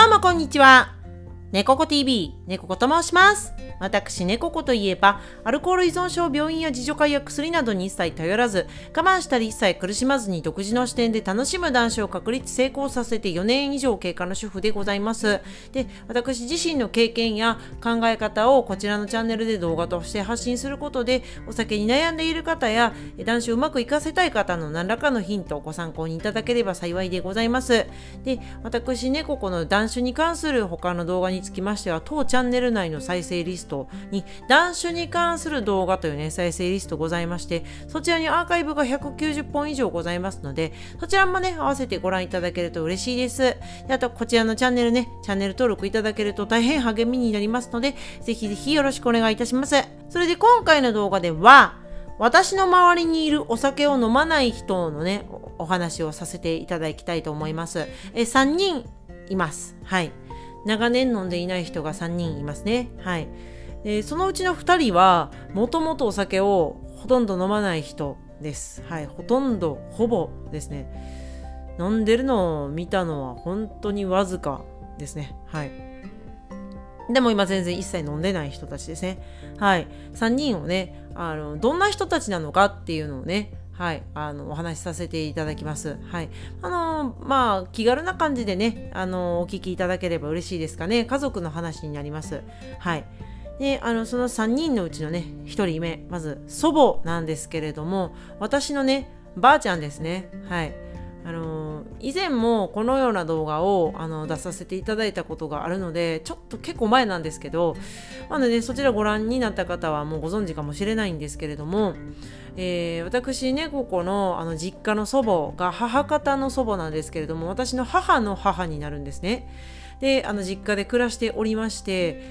どうもこんにちは。ねここ TV、ねここと申します。私、ねここといえば、アルコール依存症、病院や自助会や薬などに一切頼らず、我慢したり一切苦しまずに独自の視点で楽しむ男子を確立成功させて4年以上経過の主婦でございます。で、私自身の経験や考え方をこちらのチャンネルで動画として発信することで、お酒に悩んでいる方や男子をうまくいかせたい方の何らかのヒントをご参考にいただければ幸いでございます。で、私、ねここの男子に関する他の動画につきましては、当チャンネル内の再生リストに男子に関する動画というね再生リストございまして、そちらにアーカイブが190本以上ございますので、そちらもね合わせてご覧いただけると嬉しいです。で、あとこちらのチャンネルね、チャンネル登録いただけると大変励みになりますので、ぜひぜひよろしくお願いいたします。それで今回の動画では、私の周りにいるお酒を飲まない人のねお話をさせていただきたいと思います。3人います。はい。長年飲んでいない人が3人いますね。はい。そのうちの2人はもともとお酒をほとんど飲まない人です。はい。ほぼですね。飲んでるのを見たのは本当にわずかですね。はい。でも今全然一切飲んでない人たちですね。はい。3人をね、どんな人たちなのかっていうのをね、はい、お話しさせていただきます。はい。気軽な感じでね、お聞きいただければ嬉しいですかね。家族の話になります。はい。で、その3人のうちのね、1人目、まず祖母なんですけれども、私のね、ばあちゃんですね。はい。以前もこのような動画を出させていただいたことがあるので、ちょっと結構前なんですけど、そちらご覧になった方はもうご存知かもしれないんですけれども、私ね、ここの実家の祖母が母方の祖母なんですけれども、私の母の母になるんですね。で、実家で暮らしておりまして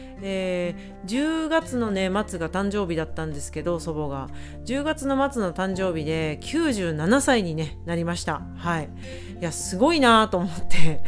、10月のね末が誕生日だったんですけど、祖母が10月の末の誕生日で97歳に、ね、なりました。はい。いやすごいなと思って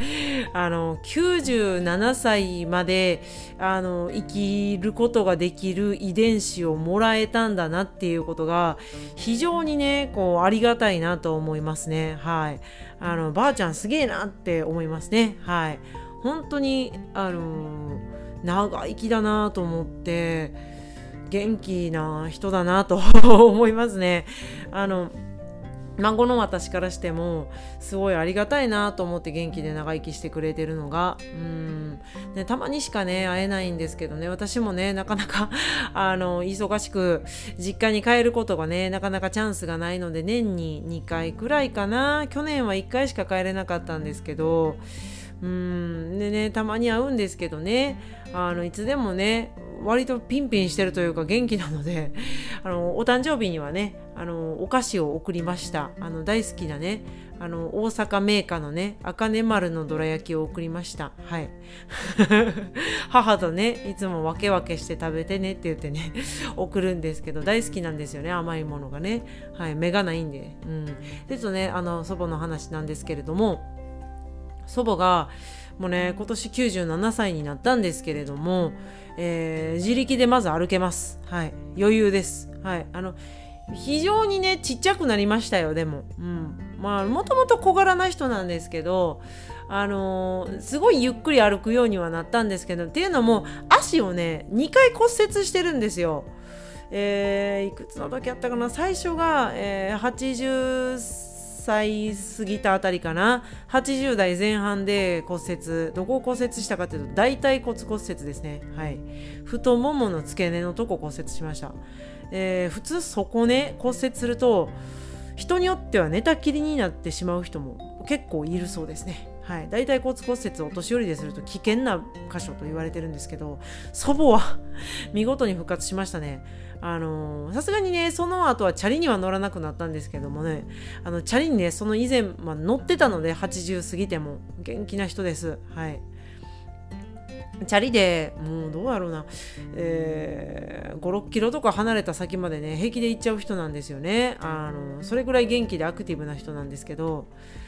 97歳まで生きることができる遺伝子をもらえたんだなっていうことが非常にねこうありがたいなと思いますね。はい。ばあちゃんすげえなって思いますね。はい。本当に長生きだなと思って元気な人だなと思いますね。孫の私からしてもすごいありがたいなと思って、元気で長生きしてくれてるのがね、たまにしかね会えないんですけどね、私もねなかなか忙しく実家に帰ることがねなかなかチャンスがないので、年に2回くらいかな。去年は1回しか帰れなかったんですけど、でねたまに会うんですけどね、いつでもね割とピンピンしてるというか元気なので、お誕生日にはねお菓子を送りました。大好きなね大阪メーカーのね赤根丸のどら焼きを送りました。はい。母とねいつも分け分けして食べてねって言ってね送るんですけど、大好きなんですよね、甘いものがね。はい。目がないんで。ですとね祖母の話なんですけれども、祖母がもうね今年97歳になったんですけれども、自力でまず歩けます。はい。余裕です。はい。非常にねちっちゃくなりましたよ。でももともと小柄な人なんですけど、すごいゆっくり歩くようにはなったんですけど、っていうのも足をね2回骨折してるんですよ。いくつの時あったかな。最初が、80歳過ぎたあたりかな。80代前半で骨折。どこを骨折したかというと大腿骨骨折ですね。はい。太ももの付け根のとこ骨折しました。普通そこね骨折すると人によっては寝たきりになってしまう人も結構いるそうですね。はい。大腿骨骨折をお年寄りですると危険な箇所と言われてるんですけど、祖母は見事に復活しましたね。さすがにねその後はチャリには乗らなくなったんですけどもね、チャリにねその以前、乗ってたので80過ぎても元気な人です。はい。チャリでもうどうやろうな、5、6キロとか離れた先までね平気で行っちゃう人なんですよね。それぐらい元気でアクティブな人なんですけど、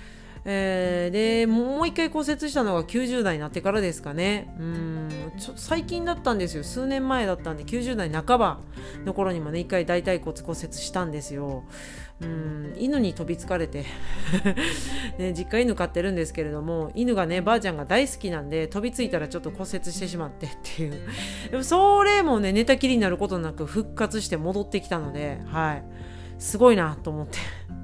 でもう一回骨折したのが90代になってからですかね。最近だったんですよ。数年前だったんで、90代半ばの頃にもね一回大腿骨骨折したんですよ。犬に飛びつかれてね、実家犬飼ってるんですけれども、犬がねばあちゃんが大好きなんで飛びついたらちょっと骨折してしまってっていうでもそれもね寝たきりになることなく復活して戻ってきたので、すごいなと思って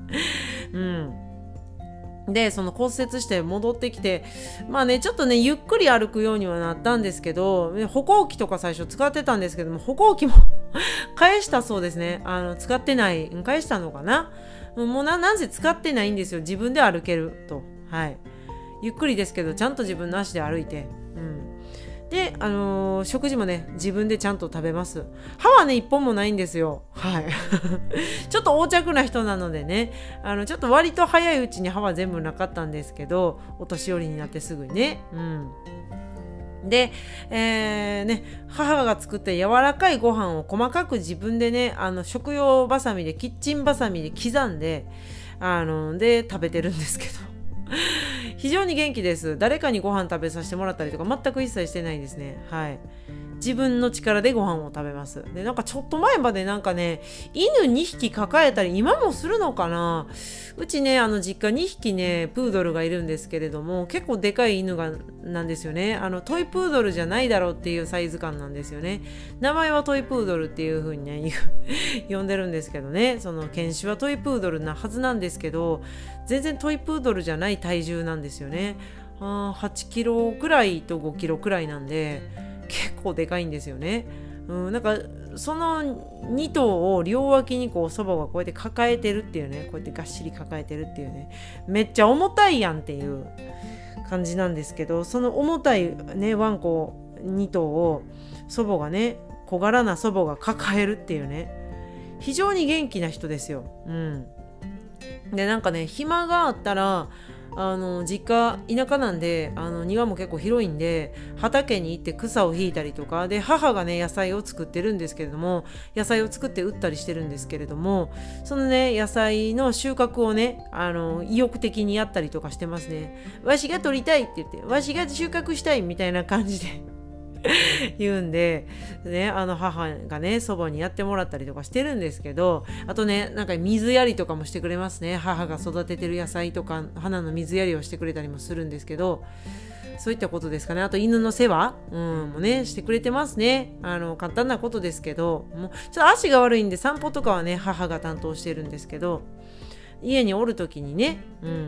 でその骨折して戻ってきてちょっとねゆっくり歩くようにはなったんですけど、歩行器とか最初使ってたんですけども、歩行器も返したそうですね。使ってない返したのかな。もうなんせ使ってないんですよ。自分で歩けると。ゆっくりですけどちゃんと自分の足で歩いて、で、食事もね自分でちゃんと食べます。歯はね一本もないんですよ。ちょっと横着な人なのでね、ちょっと割と早いうちに歯は全部なかったんですけど、お年寄りになってすぐにね。で、母が作った柔らかいご飯を細かく自分でね食用バサミでキッチンバサミで刻んでで食べてるんですけど非常に元気です。誰かにご飯食べさせてもらったりとか全く一切してないですね。自分の力でご飯を食べます。でなんかちょっと前までなんかね犬2匹抱えたり今もするのかな。うちね実家2匹ねプードルがいるんですけれども、結構でかい犬なんですよね。トイプードルじゃないだろうっていうサイズ感なんですよね。名前はトイプードルっていう風にね呼んでるんですけどね、その犬種はトイプードルなはずなんですけど、全然トイプードルじゃない体重なんですよね。8キロくらいと5キロくらいなんで結構でかいんですよね。なんかその2頭を両脇にこう祖母がこうやって抱えてるっていうね、こうやってがっしり抱えてるっていうね、めっちゃ重たいやんっていう感じなんですけど、その重たいねワンコ2頭を祖母がね小柄な祖母が抱えるっていうね、非常に元気な人ですよ。でなんかね暇があったら実家田舎なんで庭も結構広いんで畑に行って草を引いたりとかで、母がね野菜を作ってるんですけれども、野菜を作って売ったりしてるんですけれども、そのね野菜の収穫をね意欲的にやったりとかしてますね。わしが取りたいって言って、わしが収穫したいみたいな感じで言うんでね、母がね祖母にやってもらったりとかしてるんですけど、あとねなんか水やりとかもしてくれますね。母が育ててる野菜とか花の水やりをしてくれたりもするんですけど、そういったことですかね。あと犬の世話、もねしてくれてますね。簡単なことですけど、もうちょっと足が悪いんで散歩とかはね母が担当してるんですけど、家におる時にね、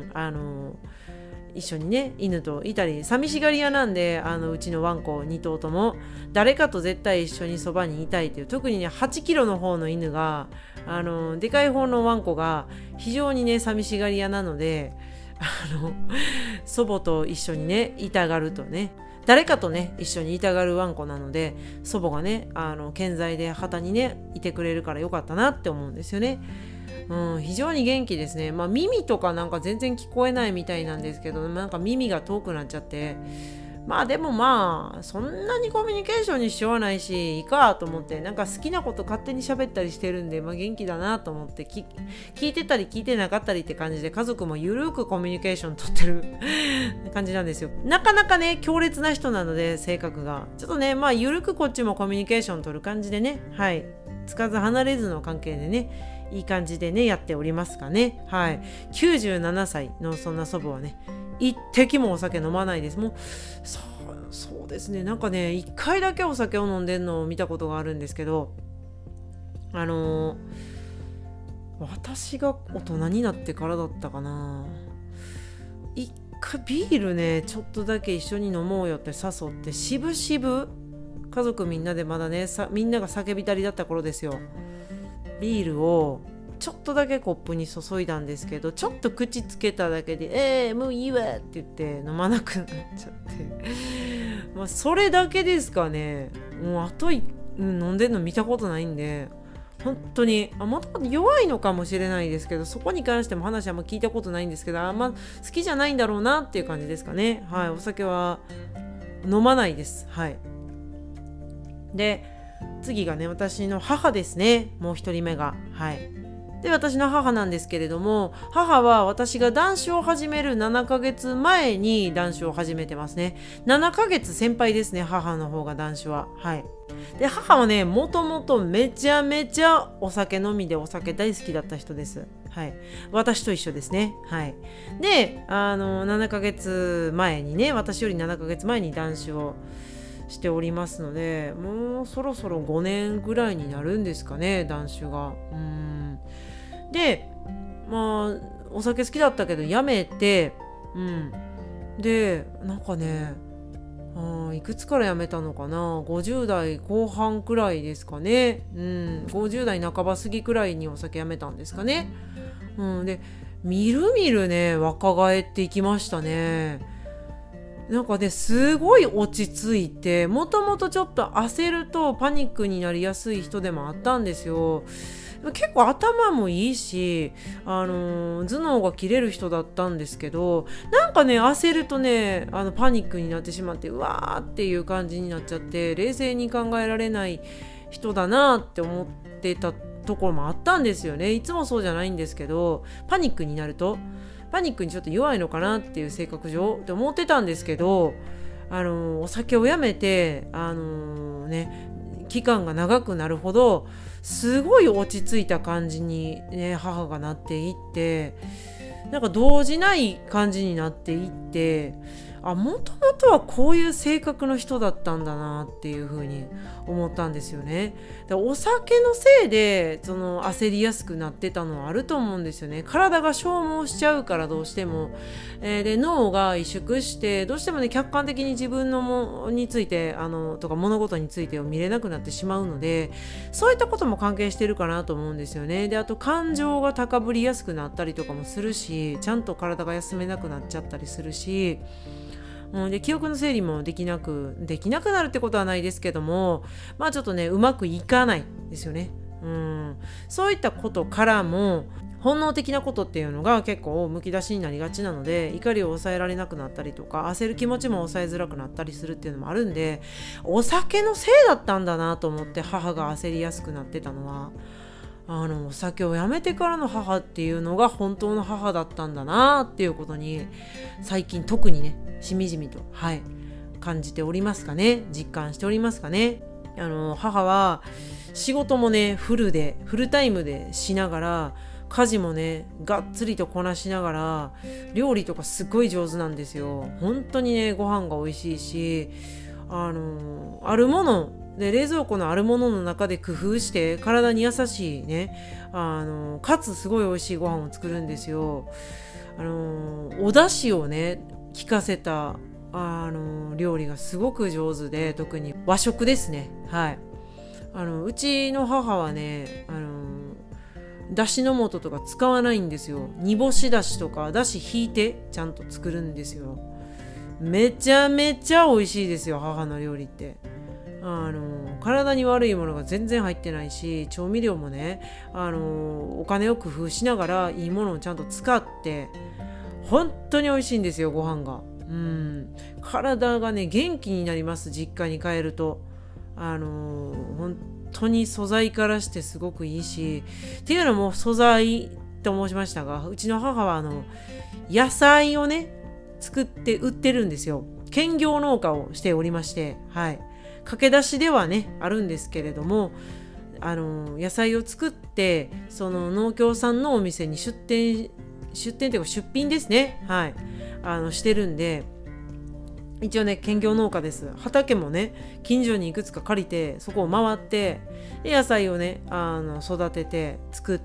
一緒にね犬といたり、寂しがり屋なんでうちのワンコ2頭とも誰かと絶対一緒にそばにいたいという、特にね8キロの方の犬がでかい方のワンコが非常にね寂しがり屋なので祖母と一緒にねいたがるとね、誰かとね一緒にいたがるワンコなので、祖母がね健在で旗にねいてくれるからよかったなって思うんですよね。非常に元気ですね。耳とかなんか全然聞こえないみたいなんですけど、なんか耳が遠くなっちゃって、でもそんなにコミュニケーションにしようがないしいいかと思って、なんか好きなこと勝手に喋ったりしてるんで、元気だなと思って聞いてたり聞いてなかったりって感じで、家族もゆるくコミュニケーション取ってる感じなんですよ。なかなかね強烈な人なので性格がちょっとねゆるくこっちもコミュニケーション取る感じでね、つかず離れずの関係でねいい感じでねやっておりますかね。97歳のそんな祖母はね一滴もお酒飲まないです。もうそうですね、なんかね1回だけお酒を飲んでんのを見たことがあるんですけど、私が大人になってからだったかな、一回ビールねちょっとだけ一緒に飲もうよって誘って、しぶしぶ家族みんなでまだねみんなが叫びたりだった頃ですよ。ビールをちょっとだけコップに注いだんですけど、ちょっと口つけただけでもういいわって言って飲まなくなっちゃってそれだけですかね。もうあと飲んでんの見たことないんで、本当にもともと弱いのかもしれないですけど、そこに関しても話はあんま聞いたことないんですけど、好きじゃないんだろうなっていう感じですかね。お酒は飲まないです。で次がね私の母ですね。もう一人目がで、私の母なんですけれども、母は私が男子を始める7ヶ月前に男子を始めてますね。7ヶ月先輩ですね、母の方が男子は。はい。で、母はね、もともとめちゃめちゃお酒飲みでお酒大好きだった人です。はい。私と一緒ですね。はい。で、7ヶ月前にね、私より7ヶ月前に男子をしておりますので、もうそろそろ5年ぐらいになるんですかね、男子が。で、まあ、お酒好きだったけどやめて、で、なんかね、いくつからやめたのかな、50代後半くらいですかね。50代半ば過ぎくらいにお酒やめたんですかね。で、みるみるね、若返っていきましたね。なんかね、すごい落ち着いて、もともとちょっと焦るとパニックになりやすい人でもあったんですよ。結構頭もいいし、頭脳が切れる人だったんですけど、なんかね、焦るとね、パニックになってしまって、うわーっていう感じになっちゃって、冷静に考えられない人だなって思ってたところもあったんですよね。いつもそうじゃないんですけど、パニックになると、パニックにちょっと弱いのかなっていう性格上って思ってたんですけど、お酒をやめて、期間が長くなるほどすごい落ち着いた感じにね、母がなっていって、なんか動じない感じになっていって、もともとはこういう性格の人だったんだなっていう風に思ったんですよね。お酒のせいでその焦りやすくなってたのはあると思うんですよね。体が消耗しちゃうから、どうしても、で脳が萎縮してどうしてもね、客観的に自分のもについてとか物事についてを見れなくなってしまうので、そういったことも関係してるかなと思うんですよね。で、あと感情が高ぶりやすくなったりとかもするし、ちゃんと体が休めなくなっちゃったりするし、で、記憶の整理もできなくなるってことはないですけども、まあちょっとね、うまくいかないですよね。そういったことからも本能的なことっていうのが結構むき出しになりがちなので、怒りを抑えられなくなったりとか、焦る気持ちも抑えづらくなったりするっていうのもあるんで、お酒のせいだったんだなと思って、母が焦りやすくなってたのは、お酒をやめてからの母っていうのが本当の母だったんだなっていうことに、最近特にね、しみじみと、感じておりますかね。実感しておりますかね。母は仕事もね、フルタイムでしながら、家事もね、がっつりとこなしながら、料理とかすごい上手なんですよ。本当にね、ご飯が美味しいし、あるもので、冷蔵庫のあるものの中で工夫して体に優しいね、かつすごい美味しいご飯を作るんですよ。お出汁をね、効かせた料理がすごく上手で、特に和食ですね。うちの母はね、だしの素とか使わないんですよ。煮干しだしとかだし引いてちゃんと作るんですよ。めちゃめちゃ美味しいですよ、母の料理って。体に悪いものが全然入ってないし、調味料もね、お金を工夫しながらいいものをちゃんと使って本当に美味しいんですよ、ご飯が。体がね、元気になります。実家に帰ると本当に素材からしてすごくいいし、っていうのも素材と申しましたが、うちの母は野菜をね、作って売ってるんですよ。兼業農家をしておりまして、駆け出しではね、あるんですけれども、野菜を作って、その農協さんのお店に出店というか出品ですね。してるんで、一応ね、兼業農家です。畑もね、近所にいくつか借りて、そこを回って、野菜をね、育てて、作って、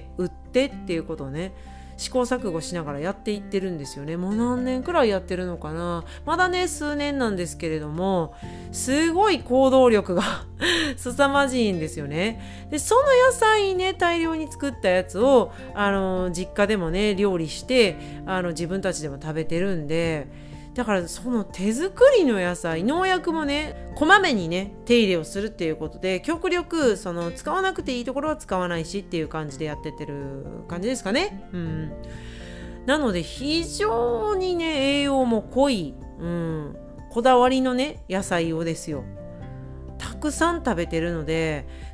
売ってっていうことをね、試行錯誤しながらやっていってるんですよね。もう何年くらいやってるのかな。まだね、数年なんですけれども、すごい行動力が凄まじいんですよね。で、その野菜ね、大量に作ったやつを実家でもね、料理して自分たちでも食べてるんで、だからその手作りの野菜、農薬もね、こまめにね、手入れをするっていうことで、極力その使わなくていいところは使わないしっていう感じでやってってる感じですかね。なので非常にね、栄養も濃い、こだわりのね、野菜をですよ、たくさん食べてるので、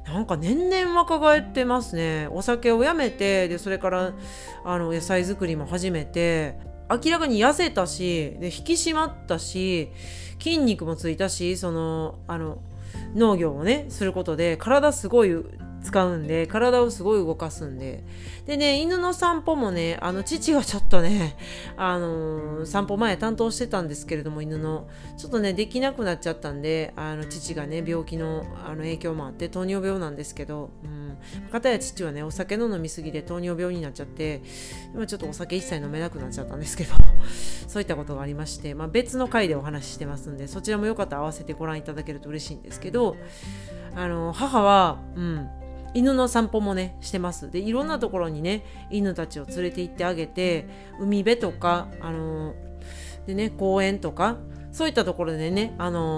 なんか年々若返ってますね。お酒をやめて、でそれから野菜作りも始めて、明らかに痩せたし、で引き締まったし、筋肉もついたし、農業をねすることで体すごい使うんで、体をすごい動かすんで、でね、犬の散歩もね、父がちょっとね、散歩前担当してたんですけれども、犬のちょっとねできなくなっちゃったんで、父がね病気の影響もあって、糖尿病なんですけど、片や父はねお酒の飲みすぎで糖尿病になっちゃって、今ちょっとお酒一切飲めなくなっちゃったんですけどそういったことがありまして、別の回でお話ししてますんで、そちらもよかったら合わせてご覧いただけると嬉しいんですけど、母は犬の散歩もねしてます。でいろんなところにね犬たちを連れて行ってあげて、海辺とかでね公園とか、そういったところでね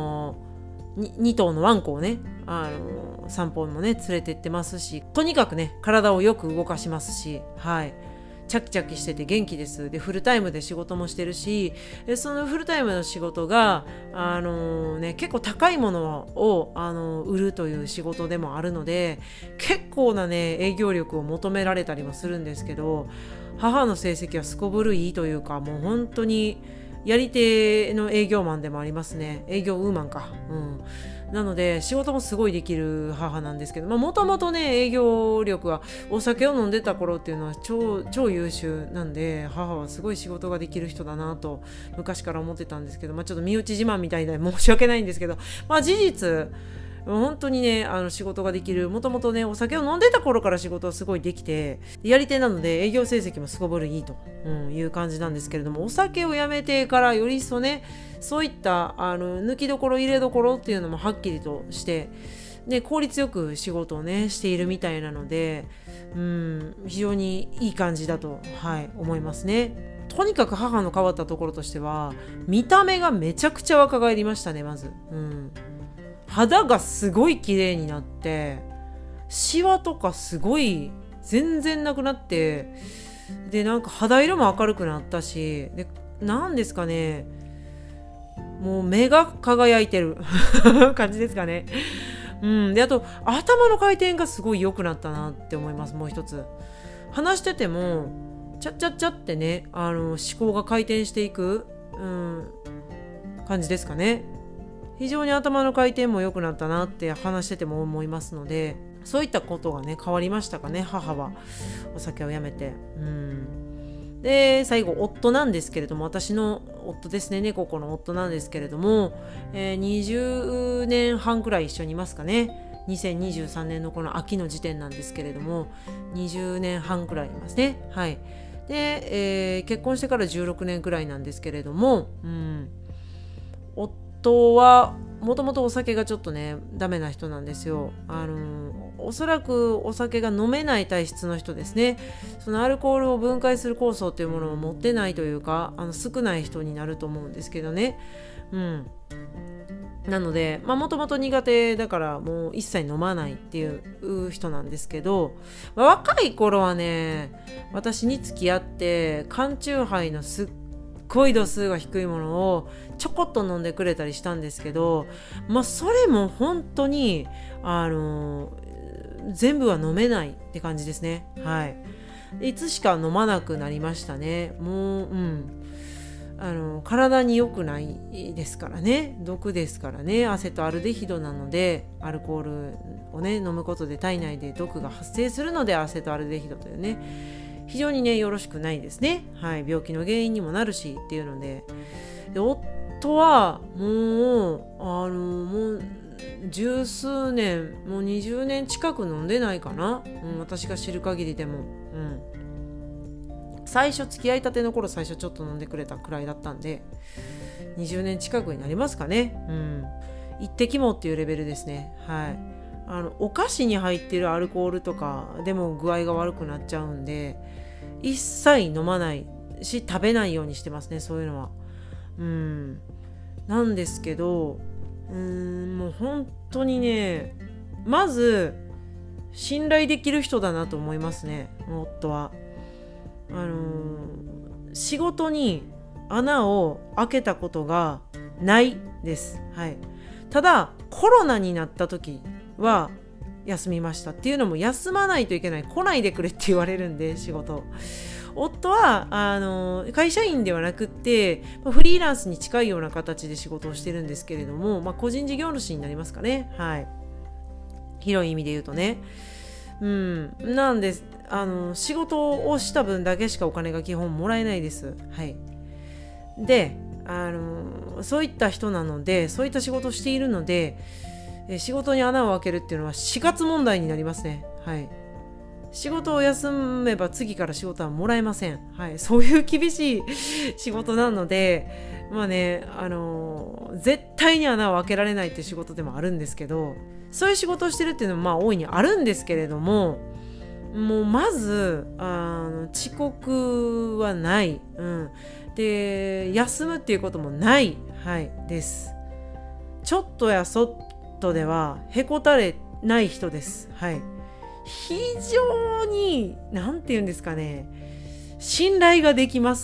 2頭のワンコをね散歩もね連れて行ってますし、とにかくね体をよく動かしますし、はい、チャキチャキしてて元気です。でフルタイムで仕事もしてるし、そのフルタイムの仕事が結構高いものを売るという仕事でもあるので、結構なね営業力を求められたりもするんですけど、母の成績はすこぶるいいというか、もう本当にやり手の営業マンでもありますね。営業ウーマンか。なので仕事もすごいできる母なんですけど、もともとね営業力はお酒を飲んでた頃っていうのは超優秀なんで、母はすごい仕事ができる人だなと昔から思ってたんですけど、ちょっと身内自慢みたいで申し訳ないんですけど、事実本当にね仕事ができる、もともとねお酒を飲んでた頃から仕事はすごいできて、やり手なので営業成績もすこぶるいいという感じなんですけれども、お酒をやめてからより一層ねそういった抜きどころ入れどころっていうのもはっきりとして、で効率よく仕事をねしているみたいなので、非常にいい感じだと、思いますね。とにかく母の変わったところとしては、見た目がめちゃくちゃ若返りましたね。まず、肌がすごい綺麗になって、シワとかすごい全然なくなって、でなんか肌色も明るくなったし、でなんですかね、もう目が輝いてる感じですかね。であと頭の回転がすごい良くなったなって思います。もう一つ、話しててもチャッチャッチャってね思考が回転していく、感じですかね。非常に頭の回転も良くなったなって話してても思いますので、そういったことがね変わりましたかね、母はお酒をやめて。で最後夫なんですけれども、私の夫ですね、猫子の夫なんですけれども、20年半くらい一緒にいますかね。2023年のこの秋の時点なんですけれども、20年半くらいいますね。はい。で、結婚してから16年くらいなんですけれども、夫はもともとお酒がちょっとねダメな人なんですよ。おそらくお酒が飲めない体質の人ですね。そのアルコールを分解する酵素っていうものを持ってないというか、少ない人になると思うんですけどね。なのでもともと苦手だからもう一切飲まないっていう人なんですけど、若い頃はね私に付き合って缶チューハイのすっごい度数が低いものをちょこっと飲んでくれたりしたんですけど、それも本当に全部は飲めないって感じですね。いつしか飲まなくなりましたね。もう体に良くないですからね、毒ですからね。アセトアルデヒドなので、アルコールをね飲むことで体内で毒が発生するので、アセトアルデヒドというね非常にねよろしくないですね。病気の原因にもなるしっていうので、夫はもう十数年、もう20年近く飲んでないかな、私が知る限りでも。最初付き合いたての頃最初ちょっと飲んでくれたくらいだったんで、20年近くになりますかね。一滴もっていうレベルですね。お菓子に入ってるアルコールとかでも具合が悪くなっちゃうんで、一切飲まないし食べないようにしてますね、そういうのは。なんですけど、もう本当にね、まず信頼できる人だなと思いますね、夫は。仕事に穴を開けたことがないです。ただコロナになった時は休みましたっていうのも休まないといけない、来ないでくれって言われるんで、仕事。夫は会社員ではなくってフリーランスに近いような形で仕事をしてるんですけれども、個人事業主になりますかね。はい、広い意味で言うとね。なんで仕事をした分だけしかお金が基本もらえないです。はい。でそういった人なので、そういった仕事をしているので、仕事に穴を開けるっていうのは死活問題になりますね。はい。仕事を休めば次から仕事はもらえません。はい。そういう厳しい仕事なので、絶対に穴を開けられないっていう仕事でもあるんですけど、そういう仕事をしてるっていうのも大いにあるんですけれども、もうまず遅刻はない、で休むっていうこともない、はい、です。ちょっとやそっとではへこたれない人です。はい。非常になんて言うんですかね、信頼ができます。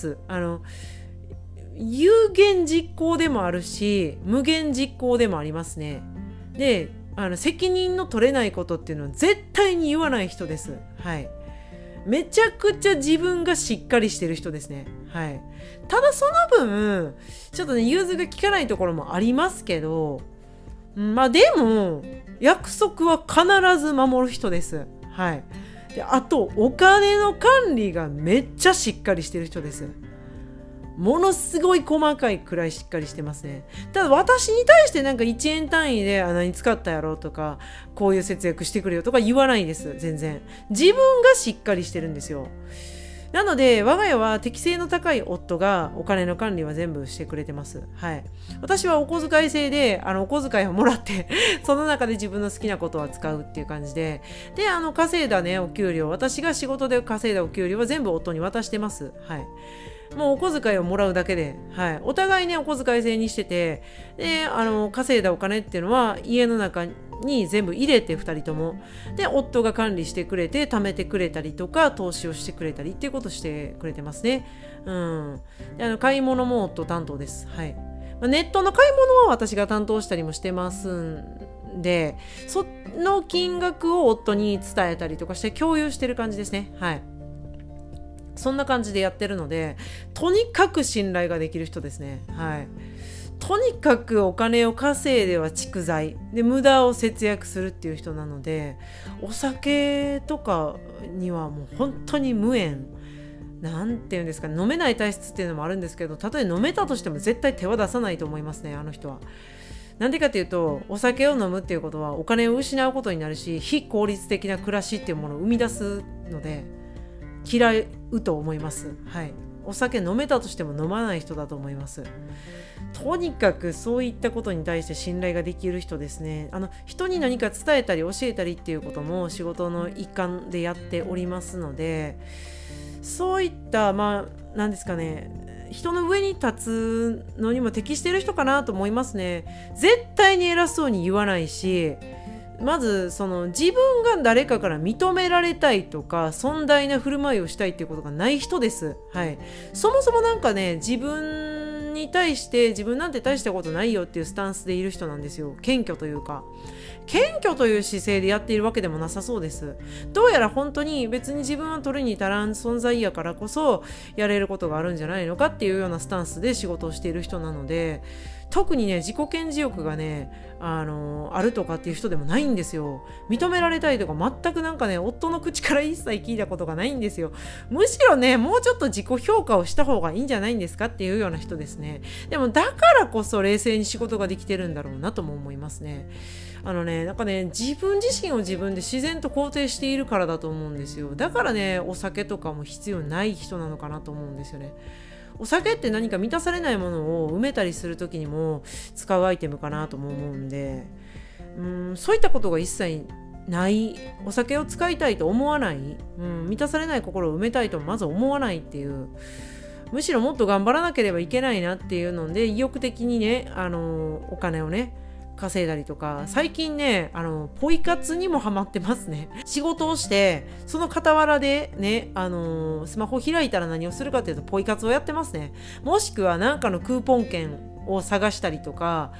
有言実行でもあるし無言実行でもありますね。で責任の取れないことっていうのは絶対に言わない人です。はい。めちゃくちゃ自分がしっかりしてる人ですね。はい。ただその分ちょっとね融通が利かないところもありますけど、でも約束は必ず守る人です。はい。であとお金の管理がめっちゃしっかりしてる人です。ものすごい細かいくらいしっかりしてますね。ただ私に対してなんか1円単位で何使ったやろとかこういう節約してくれよとか言わないです。全然自分がしっかりしてるんですよ。なので我が家は適性の高い夫がお金の管理は全部してくれてます。はい。私はお小遣い制でお小遣いをもらってその中で自分の好きなことは使うっていう感じで、稼いだねお給料、私が仕事で稼いだお給料は全部夫に渡してます。はい。もうお小遣いをもらうだけで、はい、お互いねお小遣い制にしてて、で稼いだお金っていうのは家の中に全部入れて2人ともで夫が管理してくれて貯めてくれたりとか投資をしてくれたりっていうことをしてくれてますね。で買い物も夫担当です。はい。ネットの買い物は私が担当したりもしてますんで、その金額を夫に伝えたりとかして共有してる感じですね。はい。そんな感じでやってるので、とにかく信頼ができる人ですね。はい。とにかくお金を稼いでは蓄財で無駄を節約するっていう人なので、お酒とかにはもう本当に無縁。なんていうんですか、飲めない体質っていうのもあるんですけど、たとえ飲めたとしても絶対手は出さないと思いますね、あの人は。なんでかっていうと、お酒を飲むっていうことはお金を失うことになるし、非効率的な暮らしっていうものを生み出すので嫌うと思います。はい。お酒飲めたとしても飲まない人だと思います。とにかくそういったことに対して信頼ができる人ですね。人に何か伝えたり教えたりっていうことも仕事の一環でやっておりますので、そういったなんですかね、人の上に立つのにも適している人かなと思いますね。絶対に偉そうに言わないし、まず自分が誰かから認められたいとか尊大な振る舞いをしたいっていうことがない人です。はい。そもそもなんかね、自分に対して自分なんて大したことないよっていうスタンスでいる人なんですよ。謙虚というか、謙虚という姿勢でやっているわけでもなさそうです。どうやら本当に別に自分は取るに足らん存在やからこそやれることがあるんじゃないのかっていうようなスタンスで仕事をしている人なので、特にね自己顕示欲がねあるとかっていう人でもないんですよ。認められたいとか全くなんかね夫の口から一切聞いたことがないんですよ。むしろねもうちょっと自己評価をした方がいいんじゃないんですかっていうような人ですね。でもだからこそ冷静に仕事ができてるんだろうなとも思いますね。なんかね自分自身を自分で自然と肯定しているからだと思うんですよ。だからねお酒とかも必要ない人なのかなと思うんですよね。お酒って何か満たされないものを埋めたりする時にも使うアイテムかなとも思うんで、そういったことが一切ない、お酒を使いたいと思わない、満たされない心を埋めたいとまず思わないっていう、むしろもっと頑張らなければいけないなっていうので意欲的にねお金をね稼いだりとか、最近ねポイ活にもハマってますね。仕事をしてその傍らでねスマホ開いたら何をするかっていうとポイ活をやってますね。もしくは何かのクーポン券を探したりとか、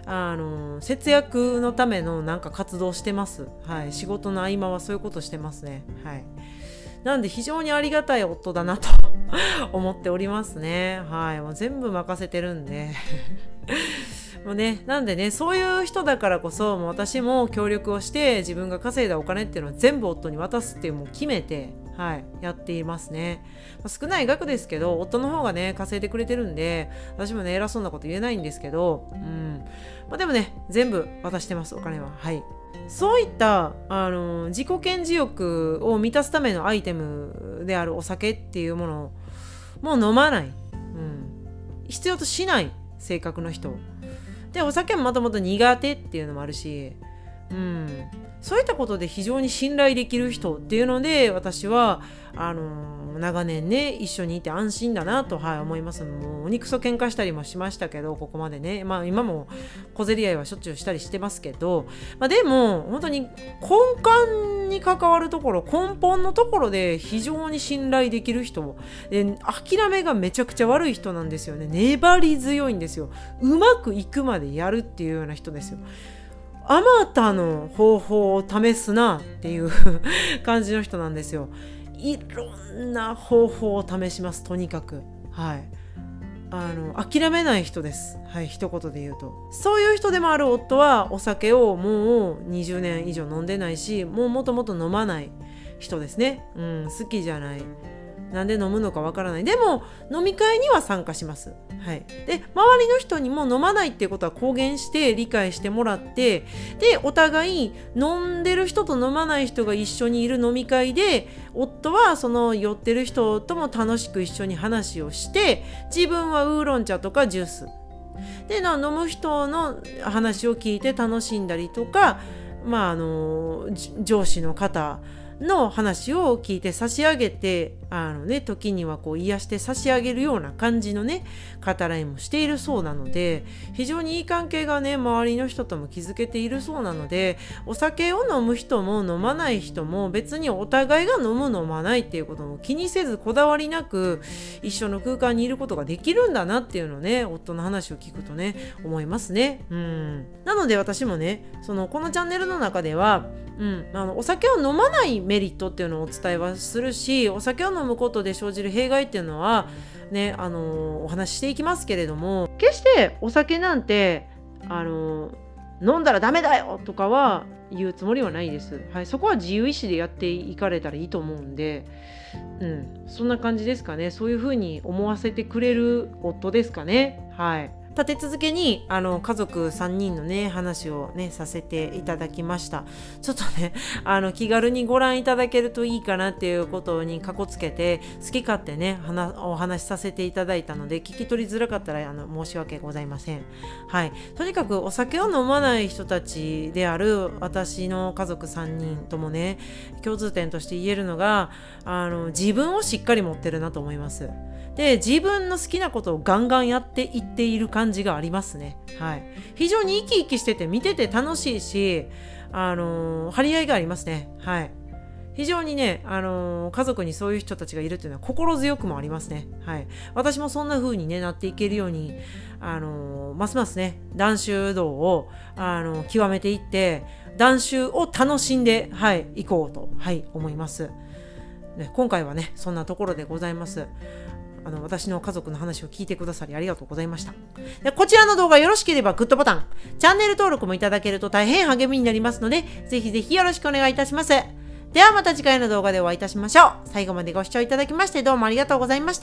節約のためのなんか活動してます。はい、仕事の合間はそういうことしてますね。はい。なんで非常にありがたい夫だなと思っておりますね。はい、もう全部任せてるんでもうね、なんでね、そういう人だからこそ、もう私も協力をして自分が稼いだお金っていうのは全部夫に渡すっていうもう決めて、はい、やっていますね。少ない額ですけど、夫の方がね稼いでくれてるんで、私もね偉そうなこと言えないんですけど、でもね全部渡してます、お金は。はい。そういった自己顕示欲を満たすためのアイテムであるお酒っていうものをもう飲まない、必要としない性格の人で、お酒ももともと苦手っていうのもあるし、そういったことで非常に信頼できる人っていうので、私は長年ね一緒にいて安心だなと、思います。もうお肉そ喧嘩したりもしましたけど、ここまでね、今も小競り合いはしょっちゅうしたりしてますけど、でも本当に根幹に関わるところ、根本のところで非常に信頼できる人で、諦めがめちゃくちゃ悪い人なんですよね。粘り強いんですよ。うまくいくまでやるっていうような人ですよ。あまたの方法を試すなっていう感じの人なんですよ。いろんな方法を試します、とにかく。はい。諦めない人です。はい、一言で言うと。そういう人でもある夫は、お酒をもう20年以上飲んでないし、もともと飲まない人ですね。好きじゃない。なんで飲むのかわからない。でも飲み会には参加します。はい。で、周りの人にも飲まないっていうことは公言して理解してもらって、で、お互い飲んでる人と飲まない人が一緒にいる飲み会で、夫はその酔ってる人とも楽しく一緒に話をして、自分はウーロン茶とかジュースで飲む人の話を聞いて楽しんだりとか、上司の方の話を聞いて差し上げて、時にはこう癒して差し上げるような感じのね語らいもしているそうなので、非常にいい関係がね周りの人とも築けているそうなので、お酒を飲む人も飲まない人も別にお互いが飲む飲まないっていうことも気にせず、こだわりなく一緒の空間にいることができるんだなっていうのをね、夫の話を聞くとね思いますね。なので私もね、このチャンネルの中ではお酒を飲まないメリットっていうのをお伝えはするし、お酒を飲むことで生じる弊害っていうのはね、お話ししていきますけれども、決してお酒なんて飲んだらダメだよとかは言うつもりはないです。はい、そこは自由意志でやっていかれたらいいと思うんで、そんな感じですかね。そういう風に思わせてくれる夫ですかね。はい。立て続けに家族3人のね話をねさせていただきました。ちょっとね気軽にご覧いただけるといいかなっていうことにかこつけて好き勝手ねお話しさせていただいたので、聞き取りづらかったら申し訳ございません。はい。とにかくお酒を飲まない人たちである私の家族3人ともね、共通点として言えるのが自分をしっかり持ってるなと思います。で、自分の好きなことをガンガンやっていっている感じがありますね。はい。非常に生き生きしてて見てて楽しいし、張り合いがありますね。はい。非常にね、家族にそういう人たちがいるっていうのは心強くもありますね。はい。私もそんな風にねなっていけるように、ますますね男子道を極めていって、男子を楽しんで行こうと思います。ね、今回はねそんなところでございます。私の家族の話を聞いてくださりありがとうございました。で、こちらの動画よろしければグッドボタン、チャンネル登録もいただけると大変励みになりますので、ぜひぜひよろしくお願いいたします。ではまた次回の動画でお会いいたしましょう。最後までご視聴いただきましてどうもありがとうございました。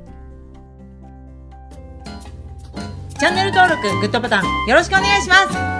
チャンネル登録、グッドボタンよろしくお願いします。